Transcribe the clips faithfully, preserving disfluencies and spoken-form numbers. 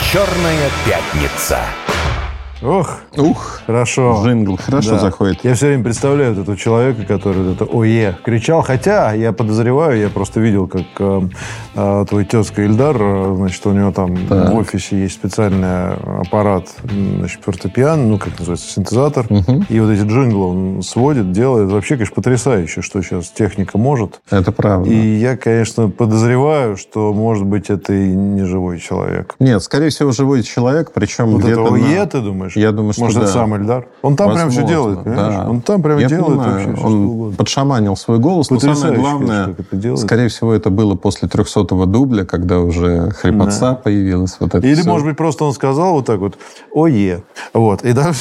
«Черная пятница». Ох, Ух, хорошо. Джингл хорошо Да. заходит. Я все время представляю вот этого человека, который это ОЕ кричал. Хотя, я подозреваю, я просто видел, как э, э, твой тезка Ильдар, э, значит, у него там Так. в офисе есть специальный аппарат, значит, фортепиано, ну, как называется, синтезатор. Угу. И вот эти джинглы он сводит, делает. Вообще, конечно, потрясающе, что сейчас техника может. Это правда. И я, конечно, подозреваю, что, может быть, это и не живой человек. Нет, скорее всего, живой человек, причем Вот где-то это ОЕ, на... ты думаешь? Я думаю, что Может, да. это сам Ильдар? Он там прям все Возможно, делает, понимаешь? да. Он там прям Я делает понимаю, вообще все, что он угодно. подшаманил свой голос, но самое Потрясающе, главное, как это делает. скорее всего, это было после трехсотого дубля, когда уже хрипотца Да. появилась. Вот это Или, все. может быть, просто он сказал вот так вот «ОЕ». Вот. И дальше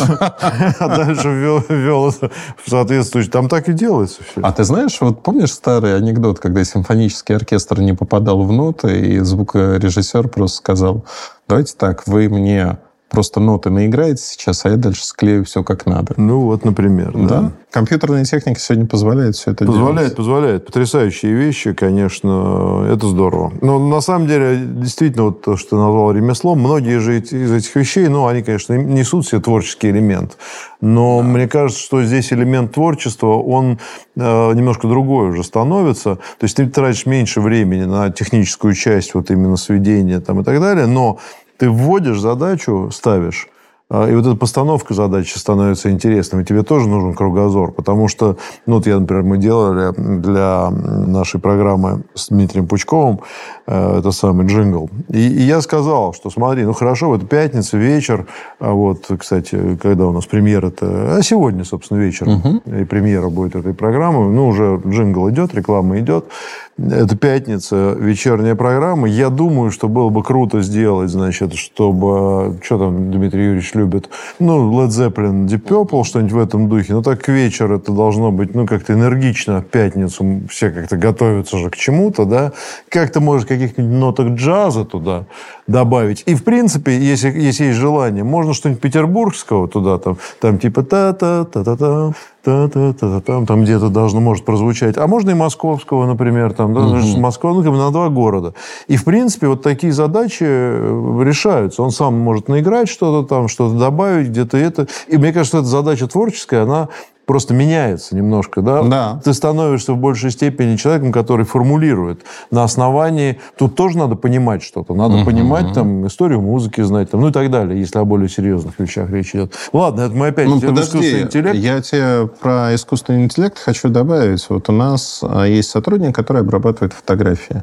ввел это в соответствующий... Там так и делается все. А ты знаешь, вот помнишь старый анекдот, когда симфонический оркестр не попадал в ноты, и звукорежиссер просто сказал: давайте так, вы мне просто ноты наиграете сейчас, а я дальше склею все как надо. Ну, вот, например. Да. Да? Компьютерная техника сегодня позволяет все это Позволяет, делать. позволяет. Потрясающие вещи, конечно, это здорово. Но на самом деле, действительно, вот то, что ты назвал ремеслом, многие же эти- из этих вещей, ну, они, конечно, несут в себе творческий элемент. Но мне кажется, что здесь элемент творчества, он э, немножко другой уже становится. То есть ты тратишь меньше времени на техническую часть, вот именно сведения там, и так далее, но ты вводишь задачу, ставишь, и вот эта постановка задачи становится интересной. И тебе тоже нужен кругозор. Потому что, ну, вот я, например, мы делали для нашей программы с Дмитрием Пучковым э, это самый джингл. И, и я сказал, что смотри, ну, хорошо, вот пятница, вечер. А вот, кстати, когда у нас премьера-то? А сегодня, собственно, вечером. Угу. И премьера будет этой программы. Ну, уже джингл идет, реклама идет. Это пятница, вечерняя программа. Я думаю, что было бы круто сделать, значит, чтобы... Что там Дмитрий Юрьевич любит? Ну, Led Zeppelin, Deep Purple, что-нибудь в этом духе. Но так к вечеру это должно быть, ну, как-то энергично. В пятницу все как-то готовятся же к чему-то, да? Как-то, может, каких-нибудь ноток джаза туда добавить. И, в принципе, если, если есть желание, можно что-нибудь петербургского туда, там, там типа та-та-та-та-та, та-та-та-та, там где-то должно, может прозвучать. А можно и московского, например, там, да, угу. Москва, ну, как бы на два города. И, в принципе, вот такие задачи решаются. Он сам может наиграть что-то там, что-то добавить, где-то это. И мне кажется, эта задача творческая, она просто меняется немножко, да? Да. Ты становишься в большей степени человеком, который формулирует на основании... Тут тоже надо понимать что-то. Надо uh-huh. понимать там, историю музыки, знать, там, ну и так далее, если о более серьезных вещах речь идет. Ладно, это мы опять... Ну, идем в подожди, искусственный интеллект. Я тебе про искусственный интеллект хочу добавить. Вот у нас есть сотрудник, который обрабатывает фотографии.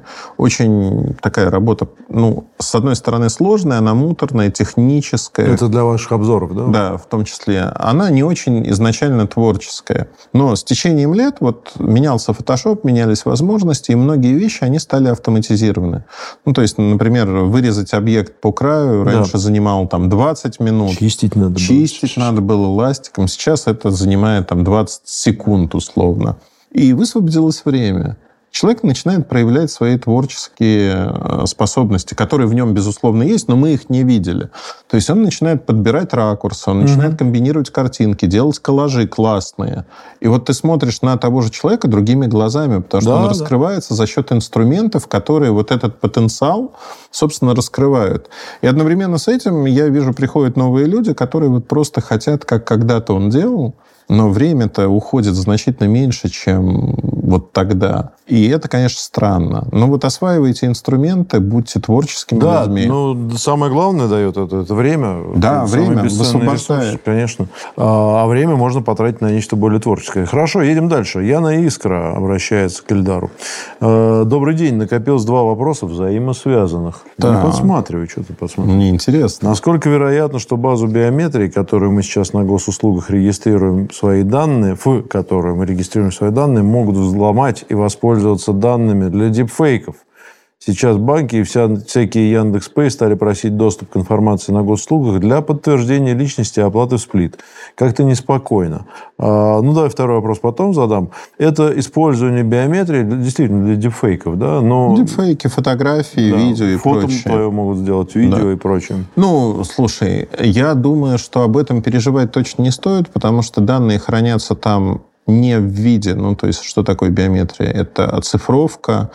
Очень такая работа, ну, с одной стороны, сложная, она муторная, техническая. Это для ваших обзоров, да? Да, в том числе. Она не очень изначально творческая. Но с течением лет вот менялся Photoshop, менялись возможности, и многие вещи, они стали автоматизированы. Ну, то есть, например, вырезать объект по краю раньше да. занимало там двадцать минут. Чистить надо было. Чистить надо было ластиком. Сейчас это занимает там двадцать секунд условно. И высвободилось время. Человек начинает проявлять свои творческие способности, которые в нем, безусловно, есть, но мы их не видели. То есть он начинает подбирать ракурсы, он начинает mm-hmm. комбинировать картинки, делать коллажи классные. И вот ты смотришь на того же человека другими глазами, потому что да, он да. раскрывается за счет инструментов, которые вот этот потенциал, собственно, раскрывают. И одновременно с этим я вижу, приходят новые люди, которые вот просто хотят, как когда-то он делал, но время-то уходит значительно меньше, чем вот тогда. И это, конечно, странно. Но вот осваивайте инструменты, будьте творческими да, людьми. Ну, самое главное дает это, это время. Да, это время высвобождает. Ресурс, конечно. А, а время можно потратить на нечто более творческое. Хорошо, едем дальше. Яна Искра обращается к Ильдару. Добрый день. Накопилось два вопроса взаимосвязанных. Да. Не подсматривай, что ты подсматриваешь. Мне интересно. Насколько вероятно, что базу биометрии, которую мы сейчас на госуслугах регистрируем свои данные, в которой мы регистрируем свои данные, могут взломать и воспользоваться данными для дипфейков? Сейчас банки и вся, всякие Яндекс.Пэй стали просить доступ к информации на госуслугах для подтверждения личности и оплаты в сплит. Как-то неспокойно. А, ну, давай второй вопрос потом задам. Это использование биометрии действительно для дипфейков, да? Но... Дипфейки, фотографии, да, видео и фото прочее. Фото твое могут сделать, видео да. и прочее. Ну, слушай, я думаю, что об этом переживать точно не стоит, потому что данные хранятся там не в виде, ну, то есть, что такое биометрия? Это оцифровка,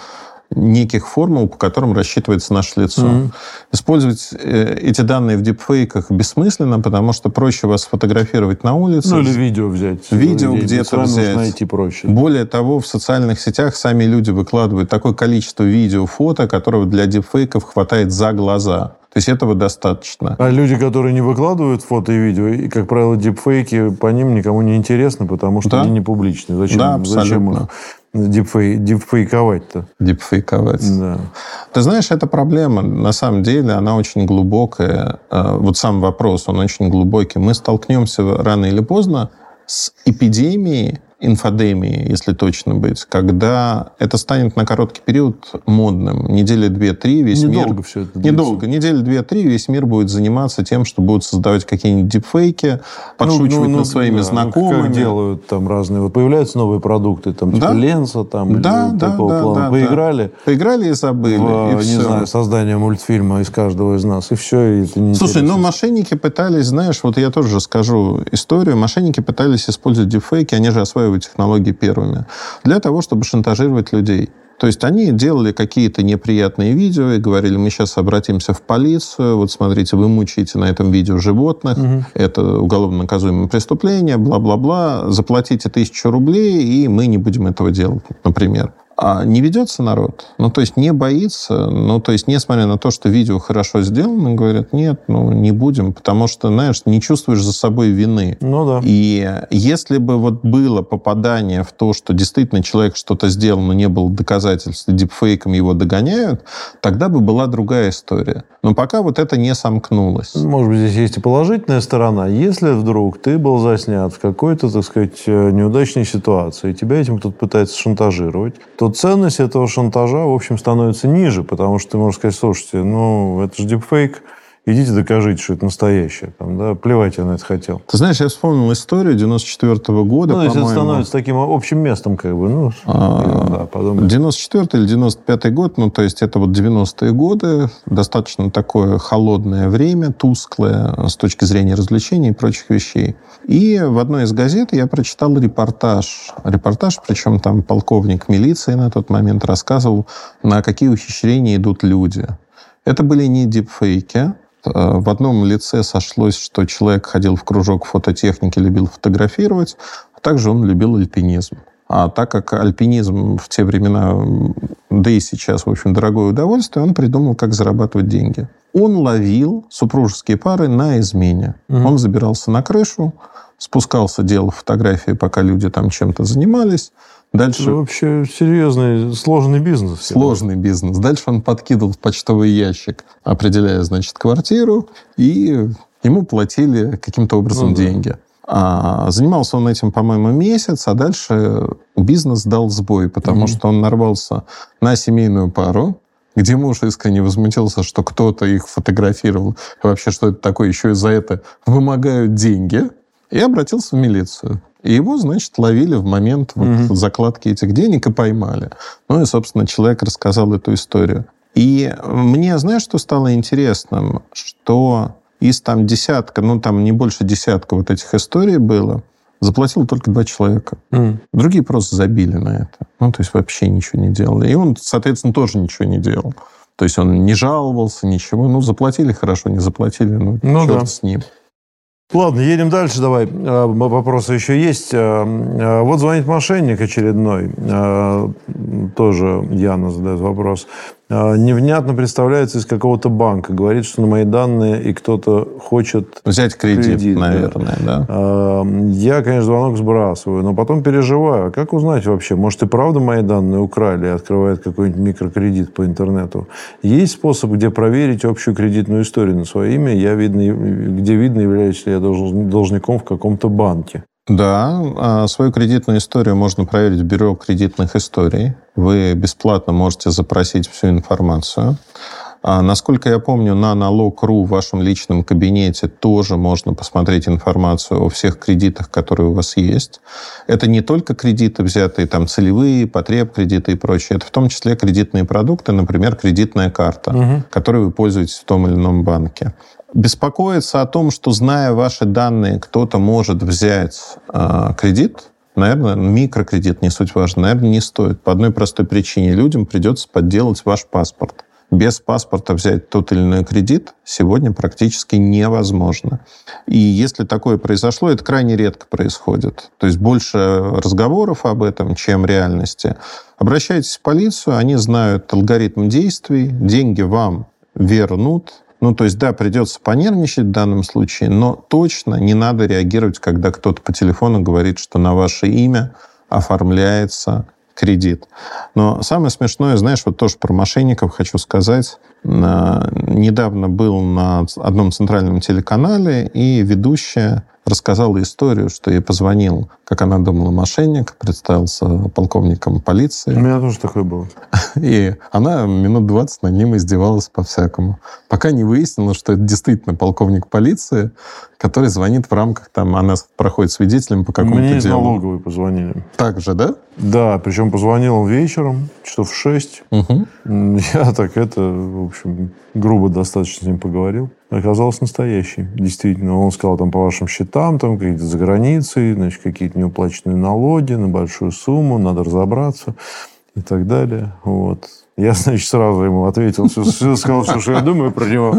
неких формул, по которым рассчитывается наше лицо. Mm-hmm. Использовать эти данные в дипфейках бессмысленно, потому что проще вас сфотографировать на улице. Ну, или видео взять. Видео где-то взять. Найти проще. Более того, в социальных сетях сами люди выкладывают такое количество видео, фото, которого для дипфейков хватает за глаза. То есть этого достаточно. А люди, которые не выкладывают фото и видео, и, как правило, дипфейки, по ним никому не интересно, потому что да? они не публичны. Зачем, да, зачем их дипфей, дипфейковать-то? Дипфейковать. Да. Ты знаешь, эта проблема, на самом деле, она очень глубокая. Вот сам вопрос, он очень глубокий. Мы столкнемся рано или поздно с эпидемией, инфодемии, если точно быть, когда это станет на короткий период модным. Недели две-три весь Недолго мир... Недолго все это длится. Недолго. Недели две-три весь мир будет заниматься тем, что будут создавать какие-нибудь дипфейки, подшучивать ну, ну, над своими да, знакомыми. Как делают там разные... Вот появляются новые продукты, там типа да? Ленса, там, да, да, такого да, плана. Да, Поиграли. Да. Поиграли и забыли. В, и не все. знаю, создание мультфильма из каждого из нас. И все, и это не Слушай, интересно. ну мошенники пытались, знаешь, вот я тоже расскажу историю. Мошенники пытались использовать дипфейки, они же осваивают технологии первыми, для того, чтобы шантажировать людей. То есть они делали какие-то неприятные видео и говорили, мы сейчас обратимся в полицию, вот смотрите, вы мучаете на этом видео животных, угу. это уголовно наказуемое преступление, бла-бла-бла, заплатите тысячу рублей, и мы не будем этого делать, например. А не ведется народ, ну, то есть не боится, ну, то есть несмотря на то, что видео хорошо сделано, говорят, нет, ну, не будем, потому что, знаешь, не чувствуешь за собой вины. Ну, да. И если бы вот было попадание в то, что действительно человек что-то сделал, но не было доказательств, дипфейком его догоняют, тогда бы была другая история. Но пока вот это не сомкнулось. Может быть, здесь есть и положительная сторона. Если вдруг ты был заснят в какой-то, так сказать, неудачной ситуации, и тебя этим кто-то пытается шантажировать, то ценность этого шантажа, в общем, становится ниже, потому что ты можешь сказать, слушайте, ну, это же дипфейк, идите докажите, что это настоящее. Там, да, плевать я на это хотел. Ты знаешь, я вспомнил историю девяносто четвёртого года, ну, по-моему. Ну, это становится таким общим местом, как бы, ну, а, да, подумай. девяносто четвёртый или девяносто пятый год, ну, то есть это вот девяностые годы, достаточно такое холодное время, тусклое с точки зрения развлечений и прочих вещей. И в одной из газет я прочитал репортаж. Репортаж, причем там полковник милиции на тот момент рассказывал, на какие ухищрения идут люди. Это были не дипфейки. В одном лице сошлось, что человек ходил в кружок фототехники, любил фотографировать, а также он любил альпинизм. А так как альпинизм в те времена, да и сейчас, в общем, дорогое удовольствие, он придумал, как зарабатывать деньги. Он ловил супружеские пары на измене. Mm-hmm. Он забирался на крышу, спускался, делал фотографии, пока люди там чем-то занимались. Дальше... Это вообще серьезный, сложный бизнес. Сложный бизнес. Дальше он подкидывал в почтовый ящик, определяя, значит, квартиру, и ему платили каким-то образом ну, деньги. Да. А, занимался он этим, по-моему, месяц, а дальше бизнес дал сбой, потому mm-hmm. что он нарвался на семейную пару, где муж искренне возмутился, что кто-то их фотографировал, и вообще, что это такое, еще и за это вымогают деньги, и обратился в милицию. И его, значит, ловили в момент вот mm-hmm. закладки этих денег и поймали. Ну и, собственно, человек рассказал эту историю. И мне, знаешь, что стало интересным? Что из там десятка, ну там не больше десятка вот этих историй было, заплатило только два человека. Mm. Другие просто забили на это. Ну, то есть вообще ничего не делали. И он, соответственно, тоже ничего не делал. То есть он не жаловался, ничего. Ну, заплатили хорошо, не заплатили, ну, ну черт да. с ним. Ладно, едем дальше, давай. Вопросы еще есть. Вот звонит мошенник очередной. Тоже Яна задает вопрос. Невнятно представляется из какого-то банка. Говорит, что на мои данные и кто-то хочет... Взять кредит, кредит наверное, да. да. Я, конечно, звонок сбрасываю, но потом переживаю. А как узнать вообще? Может, и правда мои данные украли и открывает какой-нибудь микрокредит по интернету? Есть способ, где проверить общую кредитную историю на свое имя? Я видно, где видно, являюсь ли я должником в каком-то банке? Да, свою кредитную историю можно проверить в бюро кредитных историй. Вы бесплатно можете запросить всю информацию. Насколько я помню, на налог точка ру в вашем личном кабинете тоже можно посмотреть информацию о всех кредитах, которые у вас есть. Это не только кредиты, взятые там целевые, потреб-кредиты и прочее. Это в том числе кредитные продукты, например, кредитная карта, угу. которой вы пользуетесь в том или ином банке. Беспокоиться о том, что, зная ваши данные, кто-то может взять э, кредит, Наверное, микрокредит, не суть важно, наверное, не стоит. По одной простой причине. Людям придется подделать ваш паспорт. Без паспорта взять тот или иной кредит сегодня практически невозможно. И если такое произошло, это крайне редко происходит. То есть больше разговоров об этом, чем реальности. Обращайтесь в полицию, они знают алгоритм действий, деньги вам вернут. Ну, то есть, да, придется понервничать в данном случае, но точно не надо реагировать, когда кто-то по телефону говорит, что на ваше имя оформляется кредит. Но самое смешное, знаешь, вот тоже про мошенников хочу сказать. Недавно был на одном центральном телеканале, и ведущая рассказала историю, что ей позвонил, как она думала, мошенник, представился полковником полиции. У меня тоже такое было. И она минут двадцать над ним издевалась по-всякому. Пока не выяснила, что это действительно полковник полиции, который звонит в рамках, там, она проходит свидетелем по какому-то Мне делу. из налоговой позвонили. Так же, да? Да, причем позвонил он вечером, часов в шесть. Угу. Я так это, в общем, грубо достаточно с ним поговорил. Оказалось настоящий. Действительно, он сказал, там, по вашим счетам, там, какие-то за границей, значит, какие-то неуплаченные налоги на большую сумму, надо разобраться и так далее. Вот. Я, значит, сразу ему ответил, все, все сказал, все, что я думаю про него.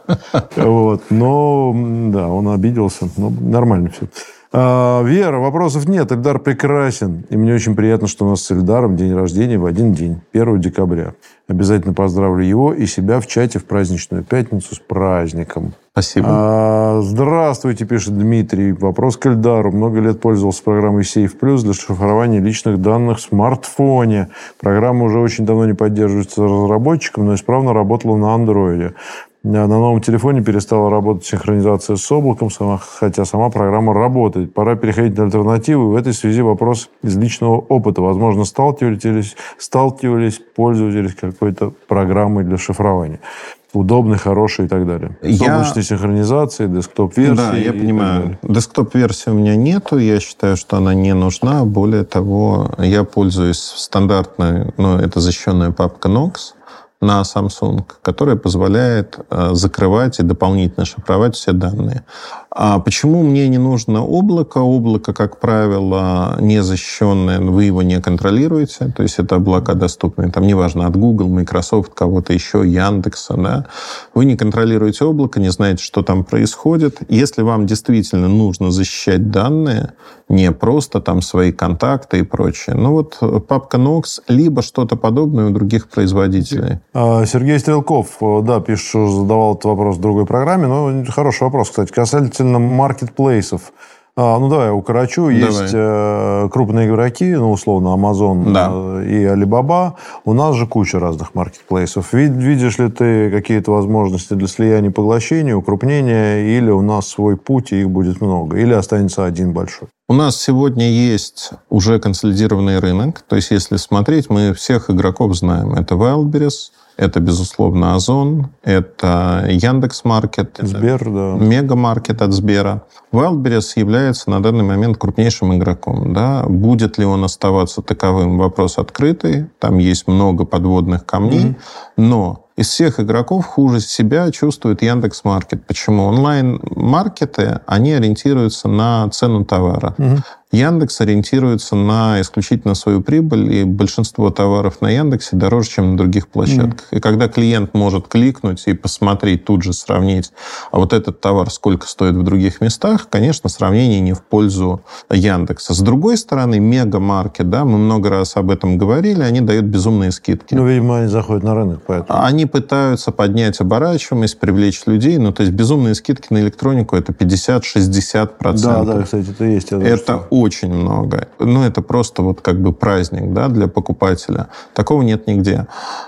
Вот. Но, да, он обиделся. Но нормально все. А, Вера, вопросов нет. Эльдар прекрасен. И мне очень приятно, что у нас с Эльдаром день рождения в один день, первого декабря. Обязательно поздравлю его и себя в чате в праздничную пятницу с праздником. Спасибо. А, здравствуйте, пишет Дмитрий. Вопрос к Эльдару. Много лет пользовался программой Сейф Плюс для шифрования личных данных в смартфоне. Программа уже очень давно не поддерживается разработчиком, но исправно работала на андроиде. На новом телефоне перестала работать синхронизация с облаком, сама, хотя сама программа работает. Пора переходить на альтернативу. В этой связи вопрос из личного опыта. Возможно, сталкивались, сталкивались пользователи с какой-то программой для шифрования. Удобной, хорошей и так далее. С Я... облачной синхронизацией, десктоп-версией. Да, я понимаю. Десктоп-версии у меня нету. Я считаю, что она не нужна. Более того, я пользуюсь стандартной, ну, это защищенная папка Knox на Samsung, которая позволяет э, закрывать и дополнительно шифровать все данные. А почему мне не нужно облако? Облако, как правило, не защищенное, вы его не контролируете, то есть это облака доступные, там неважно, от Google, Microsoft, кого-то еще, Яндекса, да? Вы не контролируете облако, не знаете, что там происходит. Если вам действительно нужно защищать данные, не просто там свои контакты и прочее, ну вот папка Knox, либо что-то подобное у других производителей. Сергей Стрелков, да, пишет, что задавал этот вопрос в другой программе, но хороший вопрос, кстати, касательно маркетплейсов. А, ну, давай я укорочу. Давай. Есть э, крупные игроки, ну, условно, Amazon да. э, и Alibaba. У нас же куча разных маркетплейсов. Вид, видишь ли ты какие-то возможности для слияния, поглощения, укрупнения, или у нас свой путь, и их будет много, или останется один большой? У нас сегодня есть уже консолидированный рынок. То есть, если смотреть, мы всех игроков знаем. Это Wildberries, это, безусловно, Озон, это Яндекс.Маркет, Сбер, да. Мегамаркет от Сбера. Wildberries является на данный момент крупнейшим игроком. Да? Будет ли он оставаться таковым? Вопрос открытый. Там есть много подводных камней. Mm-hmm. Но из всех игроков хуже себя чувствует Яндекс.Маркет. Почему? Онлайн-маркеты, они ориентируются на цену товара. Угу. Яндекс ориентируется на исключительно свою прибыль, и большинство товаров на Яндексе дороже, чем на других площадках. Угу. И когда клиент может кликнуть и посмотреть, тут же сравнить, а вот этот товар сколько стоит в других местах, конечно, сравнение не в пользу Яндекса. С другой стороны, Мегамаркет, да, мы много раз об этом говорили, они дают безумные скидки. Ну, видимо, они заходят на рынок, поэтому... Они пытаются поднять оборачиваемость, привлечь людей. Ну, то есть безумные скидки на электронику – это пятьдесят-шестьдесят процентов. Да, да, кстати, это есть. Это, это очень много. Ну, это просто вот как бы праздник, да, для покупателя. Такого нет нигде.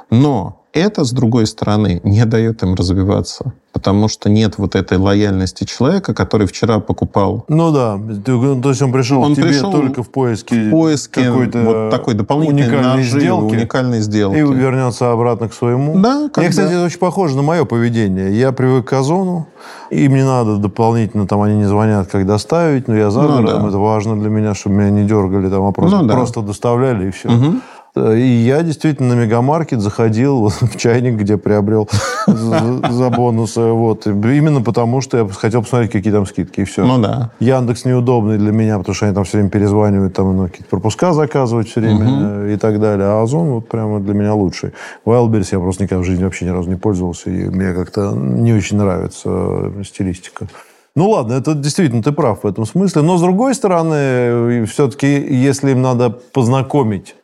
Но это, с другой стороны, не дает им развиваться. Потому что нет вот этой лояльности человека, который вчера покупал. Ну да. То есть он пришел он к тебе пришел только в поиске, в поиске какой-то вот такой дополнительной уникальной наживы, сделки, уникальной сделки. И вернется обратно к своему. Да, Мне, кстати, это очень похоже на мое поведение. Я привык к Озону, им не надо дополнительно, там они не звонят, как доставить, но я за городом, ну, да. Это важно для меня, чтобы меня не дергали, там, а просто, ну, да. просто доставляли и все. Угу. И я действительно на Мегамаркет заходил вот, в чайник, где приобрел за, за бонусы. Вот. Именно потому, что я хотел посмотреть, какие там скидки, и все. Ну да. Яндекс неудобный для меня, потому что они там все время перезванивают, там ну, какие-то пропуска заказывать все время угу. и так далее. А Озон вот прямо для меня лучший. Wildberries я просто никогда в жизни вообще ни разу не пользовался, и мне как-то не очень нравится стилистика. Ну ладно, это действительно ты прав в этом смысле. Но с другой стороны, все-таки, если им надо познакомить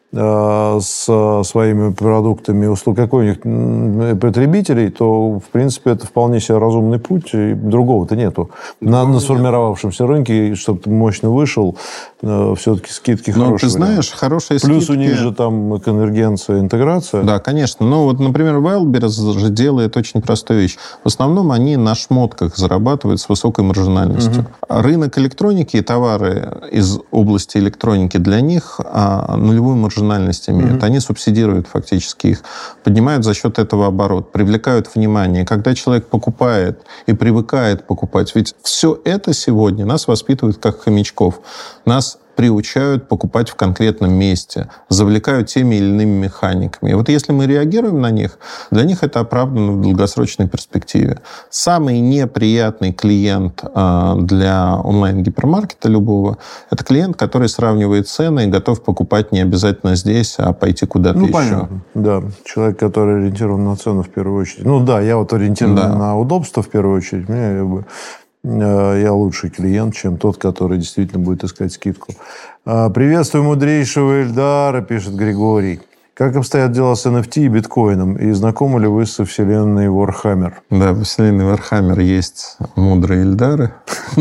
с своими продуктами услуг каких-нибудь потребителей, то, в принципе, это вполне себе разумный путь, и другого-то нету. На, на сформировавшемся рынке, чтобы ты мощно вышел, все-таки скидки хорошие. Ну, ты знаешь, хорошие скидки... Плюс у них же там конвергенция, интеграция. Да, конечно. Ну, вот, например, Wildberries же делает очень простую вещь. В основном они на шмотках зарабатывают с высокой маржинальностью. Угу. Рынок электроники и товары из области электроники для них а, нулевую маржинальность имеют. Mm-hmm. Они субсидируют фактически их, поднимают за счет этого оборот, привлекают внимание. Когда человек покупает и привыкает покупать, ведь все это сегодня нас воспитывают как хомячков. Нас приучают покупать в конкретном месте, завлекают теми или иными механиками. И вот если мы реагируем на них, для них это оправдано в долгосрочной перспективе. Самый неприятный клиент а, для онлайн-гипермаркета любого – это клиент, который сравнивает цены и готов покупать не обязательно здесь, а пойти куда-то ну, еще. Понятно. Да, человек, который ориентирован на цену в первую очередь. Ну да, я вот ориентирован да. на удобство в первую очередь. Мне как бы... Я лучший клиент, чем тот, который действительно будет искать скидку. Приветствую мудрейшего Эльдара, пишет Григорий. Как обстоят дела с эн эф ти и биткоином? И знакомы ли вы со вселенной Warhammer? Да, во вселенной Warhammer есть мудрые Эльдары.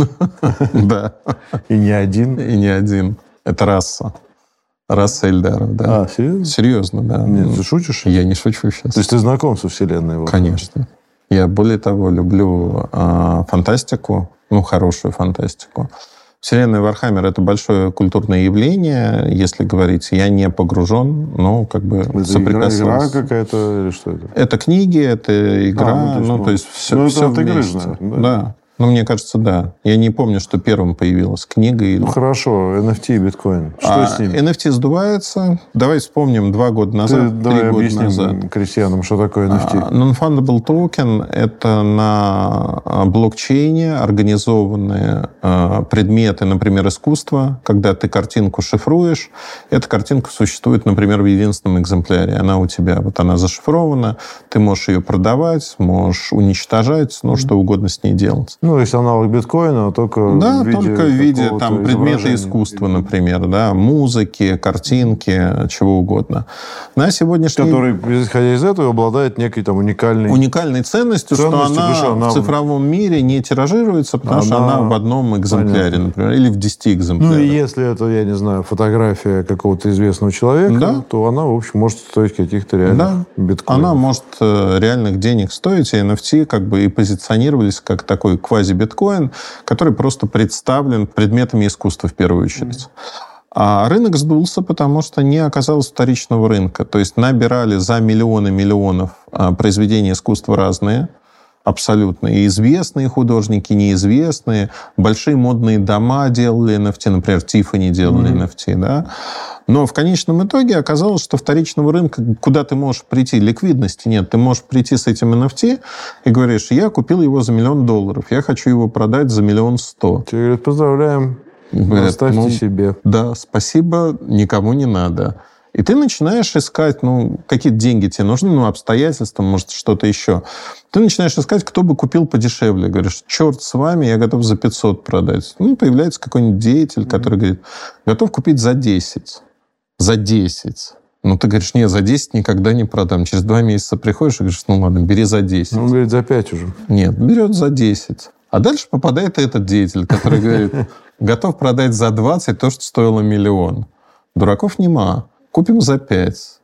Да. И не один? И не один. Это раса. Раса Эльдаров, да. А, серьезно? Серьезно, да. Нет, ты шутишь? Я не шучу сейчас. То есть ты знаком со вселенной Warhammer? Конечно. Я, более того, люблю э, фантастику, ну, хорошую фантастику. Вселенная Warhammer — это большое культурное явление, если говорить. Я не погружен, но как бы это соприкасался. Игра, игра какая-то или что это? Это книги, это игра, а, ну, то есть, ну, то есть все, ну, все это вместе. Игры, да. да. Ну, мне кажется, да. Я не помню, что первым появилась книга. Или... Ну, хорошо. эн эф ти и биткоин. Что а, с ними? эн эф ти сдувается. Давай вспомним два года назад, Ты, три давай года объясним назад. крестьянам, что такое эн эф ти. А, Non-Fundable Token – это на блокчейне организованные а, предметы, например, искусства. Когда ты картинку шифруешь, эта картинка существует, например, в единственном экземпляре. Она у тебя, вот она зашифрована. Ты можешь ее продавать, можешь уничтожать, ну, mm-hmm. что угодно с ней делать. Ну, то есть аналог биткоина, только да, в виде только в виде там, предмета искусства, например, да, музыки, картинки, чего угодно. На сегодняшний... Который, исходя из этого, обладает некой там уникальной... Уникальной ценностью, ценностью что она, что она в цифровом мире не тиражируется, потому она... что она в одном экземпляре, Понятно. Например, или в десяти экземплярах. Ну, и если это, я не знаю, фотография какого-то известного человека, да? то она, в общем, может стоить каких-то реальных да. биткоинов. Она может реальных денег стоить, и эн эф ти как бы и позиционировались как такой квази-биткоин, который просто представлен предметами искусства в первую очередь. А рынок сдулся, потому что не оказалось вторичного рынка. То есть набирали за миллионы миллионов произведений искусства разные, абсолютно. И известные художники, неизвестные. Большие модные дома делали эн эф ти, например, Тиффани делали mm-hmm. эн эф ти, да. Но в конечном итоге оказалось, что вторичного рынка, куда ты можешь прийти, ликвидности нет. Ты можешь прийти с этим эн эф ти и говоришь, я купил его за миллион долларов, я хочу его продать за миллион сто. Тебе говорят, поздравляем, говорят, оставьте ну, себе. Да, спасибо, никому не надо. И ты начинаешь искать, ну, какие деньги тебе нужны, ну, обстоятельства, может, что-то еще. Ты начинаешь искать, кто бы купил подешевле. Говоришь, черт с вами, я готов за пятьсот продать. Ну, появляется какой-нибудь деятель, который говорит, готов купить за десять. За десять. Ну, ты говоришь, нет, за десять никогда не продам. Через два месяца приходишь и говоришь, ну, ладно, бери за десять. Он говорит, за пять уже. Нет, берет за десять. А дальше попадает этот деятель, который говорит, готов продать за двадцать то, что стоило миллион. Дураков нема. Купим за пять.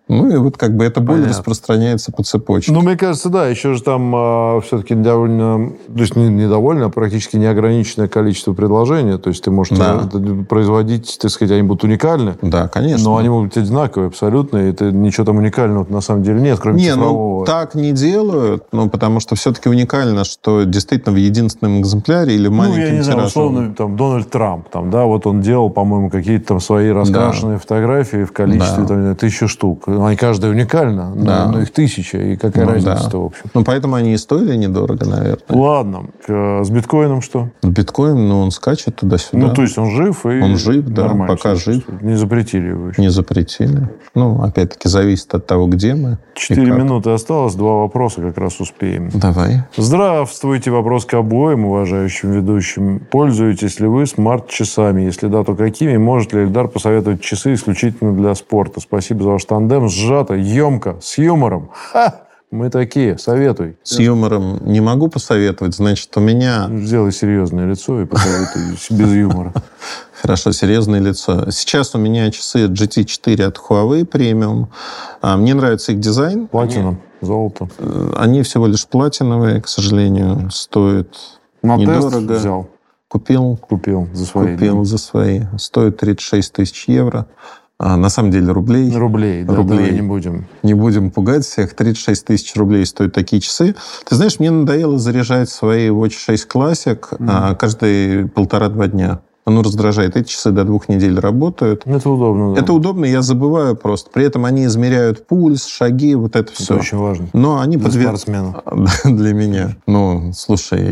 Ну, и вот как бы эта боль Понятно. распространяется по цепочке. Ну, мне кажется, да, еще же там э, все-таки довольно, то есть не, не довольно, а практически неограниченное количество предложений. То есть ты можешь Да. э, производить, так сказать, они будут уникальны, Да, конечно. но они могут быть одинаковые абсолютно, и это ничего там уникального на самом деле нет, кроме Не, цифрового. ну так не делают, ну, потому что все-таки уникально, что действительно в единственном экземпляре или Ну, маленьким я не знаю, тиражом. условно, там, Дональд Трамп, там, да, вот он делал, по-моему, какие-то там свои раскрашенные фотографии в количестве Да. там, не знаю, тысячи штук. Они каждая уникальна, но, Да. но их тысяча, и какая Ну, разница-то, да. в общем. Ну, поэтому они и стоили недорого, наверное. Ладно, э, с биткоином что? Биткоин, ну, он скачет туда-сюда. Ну, то есть он жив и Он жив, да, нормально пока себя жив. чувствует. Не запретили его еще. Не запретили. Ну, опять-таки, зависит от того, где мы. и Четыре как. минуты осталось, два вопроса как раз успеем. Давай. Здравствуйте, вопрос к обоим уважающим ведущим. Пользуетесь ли вы смарт-часами? Если да, то какими? Может ли Эльдар посоветовать часы исключительно для спорта? Спасибо за ваш тандем. Сжато, емко, с юмором. Ха! Мы такие. Советуй. С юмором не могу посоветовать. Значит, у меня... Сделай серьезное лицо и посоветуй без юмора. Хорошо, серьезное лицо. Сейчас у меня часы джи ти четыре от Huawei Premium. А, Мне нравится их дизайн. Платином, золото. Они, они всего лишь платиновые, к сожалению, стоят На тест недорого. взял, Купил, купил за свои. купил за свои. Стоит тридцать шесть тысяч евро. А, на самом деле рублей. Рублей, да, Рублей. давай не будем. Не будем пугать всех. тридцать шесть тысяч рублей стоят такие часы. Ты знаешь, мне надоело заряжать свои Watch шесть Classic Mm. а, каждые полтора-два дня. Оно раздражает. Эти часы до двух недель работают. Это удобно. Да. Это удобно, я забываю просто. При этом они измеряют пульс, шаги, вот это Это все. очень важно. Но они Для подвер- спортсмена. Для меня. Ну, слушай,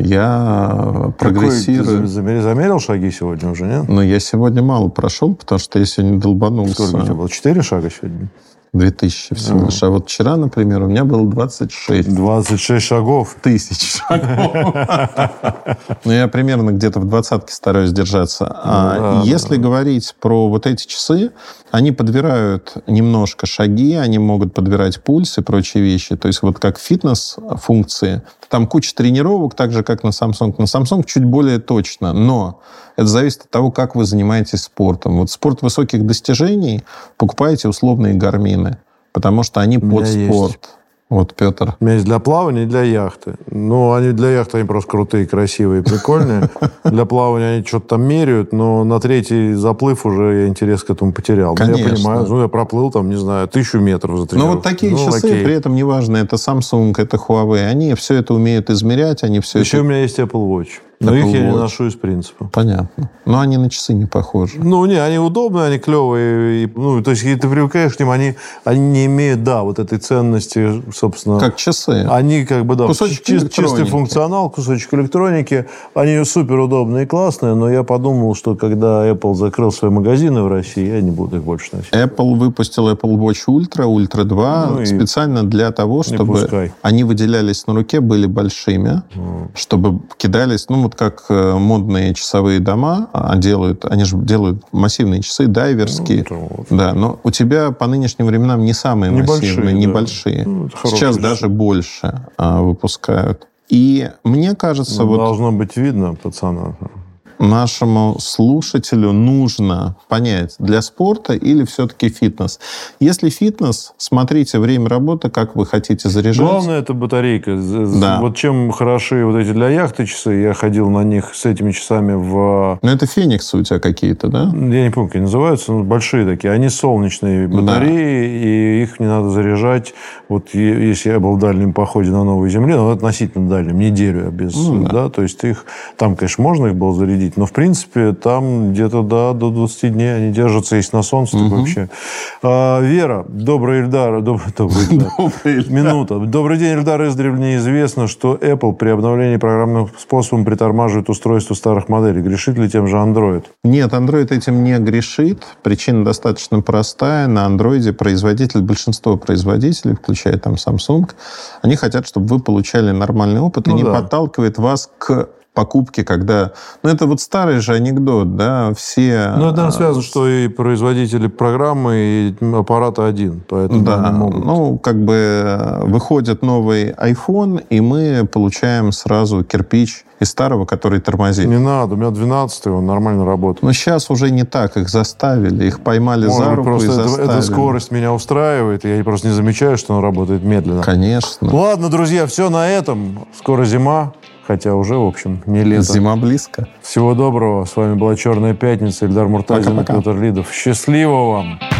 я Какой прогрессирую. ты замерил, замерил шаги сегодня уже, нет? Но я сегодня мало прошел, потому что я сегодня долбанулся. Сколько у тебя было? Четыре шага сегодня? Две тысячи всего Ага. лишь. А вот вчера, например, у меня было двадцать шесть двадцать шесть шагов. тысяч шагов. Ну, я примерно где-то в двадцатке стараюсь держаться. А да, если говорить про вот эти часы, они подбирают немножко шаги, они могут подбирать пульс и прочие вещи. То есть вот как фитнес-функции. Там куча тренировок, так же, как на Samsung. На Samsung чуть более точно. Но это зависит от того, как вы занимаетесь спортом. Вот спорт высоких достижений покупаете условные гармины, потому что они У меня под есть. спорт. Вот, Петр. У меня есть для плавания и для яхты. Ну, они для яхты они просто крутые, красивые, прикольные. Для плавания они что-то там меряют, но на третий заплыв уже я интерес к этому потерял. Ну, я Конечно. понимаю, ну, я проплыл там, не знаю, тысячу метров за три Но вот такие ну, часы, окей. при этом неважно, это Samsung, это Huawei, они все это умеют измерять, они все Еще это... у меня есть Apple Watch. Но Apple их я не Watch. ношу из принципа. Понятно. Но они на часы не похожи. Ну, не, они удобные, они клевые. И, ну, то есть, если ты привыкаешь к ним, они, они не имеют, да, вот этой ценности, собственно. Как часы. Они как бы, да, Кусочек чис- чистый электроники. функционал, кусочек электроники. Они супер удобные и классные, но я подумал, что когда Apple закрыл свои магазины в России, я не буду их больше носить. Apple выпустил Apple Watch Ultra, Ultra два Ну и специально для того, чтобы пускай. они выделялись на руке, были большими, чтобы кидались, ну, вот как э, модные часовые дома а, делают, они же делают массивные часы, дайверские. это вот. Да, но у тебя по нынешним временам не самые Небольшие, массивные, да. небольшие. Ну, это хорошая Сейчас вещь. даже больше а, выпускают. И мне кажется, Ну, вот должно быть видно, пацана. нашему слушателю нужно понять, для спорта или все-таки фитнес. Если фитнес, смотрите время работы, как вы хотите заряжать. Главное, это батарейка. З- Да. Вот чем хороши вот эти для яхты часы, я ходил на них с этими часами в... Ну, это фениксы у тебя какие-то, да? Я не помню, как они называются, но большие такие. Они солнечные батареи, и их не надо заряжать. Вот е- если я был в дальнем походе на Новой Земле, ну, относительно дальнем, неделю, а без... Ну, да. да. То есть их... Там, конечно, можно их было зарядить, но, в принципе, там где-то, да, до двадцати дней они держатся, если на солнце, так вообще. А, Вера, добрый Эльдар, доб- добрый Эльдар. Минута. Добрый день, Эльдар. Издревле известно, что Apple при обновлении программным способом притормаживает устройство старых моделей. Грешит ли тем же Android? Нет, Android этим не грешит. Причина достаточно простая. На Android производитель, большинство производителей, включая там Samsung, они хотят, чтобы вы получали нормальный опыт Ну и не да. подталкивает вас к покупки, когда... Ну, это вот старый же анекдот, да, все... Ну, это, наверное, связано, что и производители программы, и аппарата один, поэтому да, они могут... ну, как бы выходит новый iPhone, и мы получаем сразу кирпич из старого, который тормозит. Не надо, у меня двенадцатый, он нормально работает. Но сейчас уже не так, их заставили, их поймали Может за быть, руку просто и это- заставили. эта скорость меня устраивает, и я просто не замечаю, что он работает медленно. Конечно. Ладно, друзья, все на этом. Скоро зима, хотя уже, в общем, не лето. Зима близко. Всего доброго. С вами была «Черная пятница». Ильдар Муртазин и Пока-пока. Петр Лидов. Счастливо вам!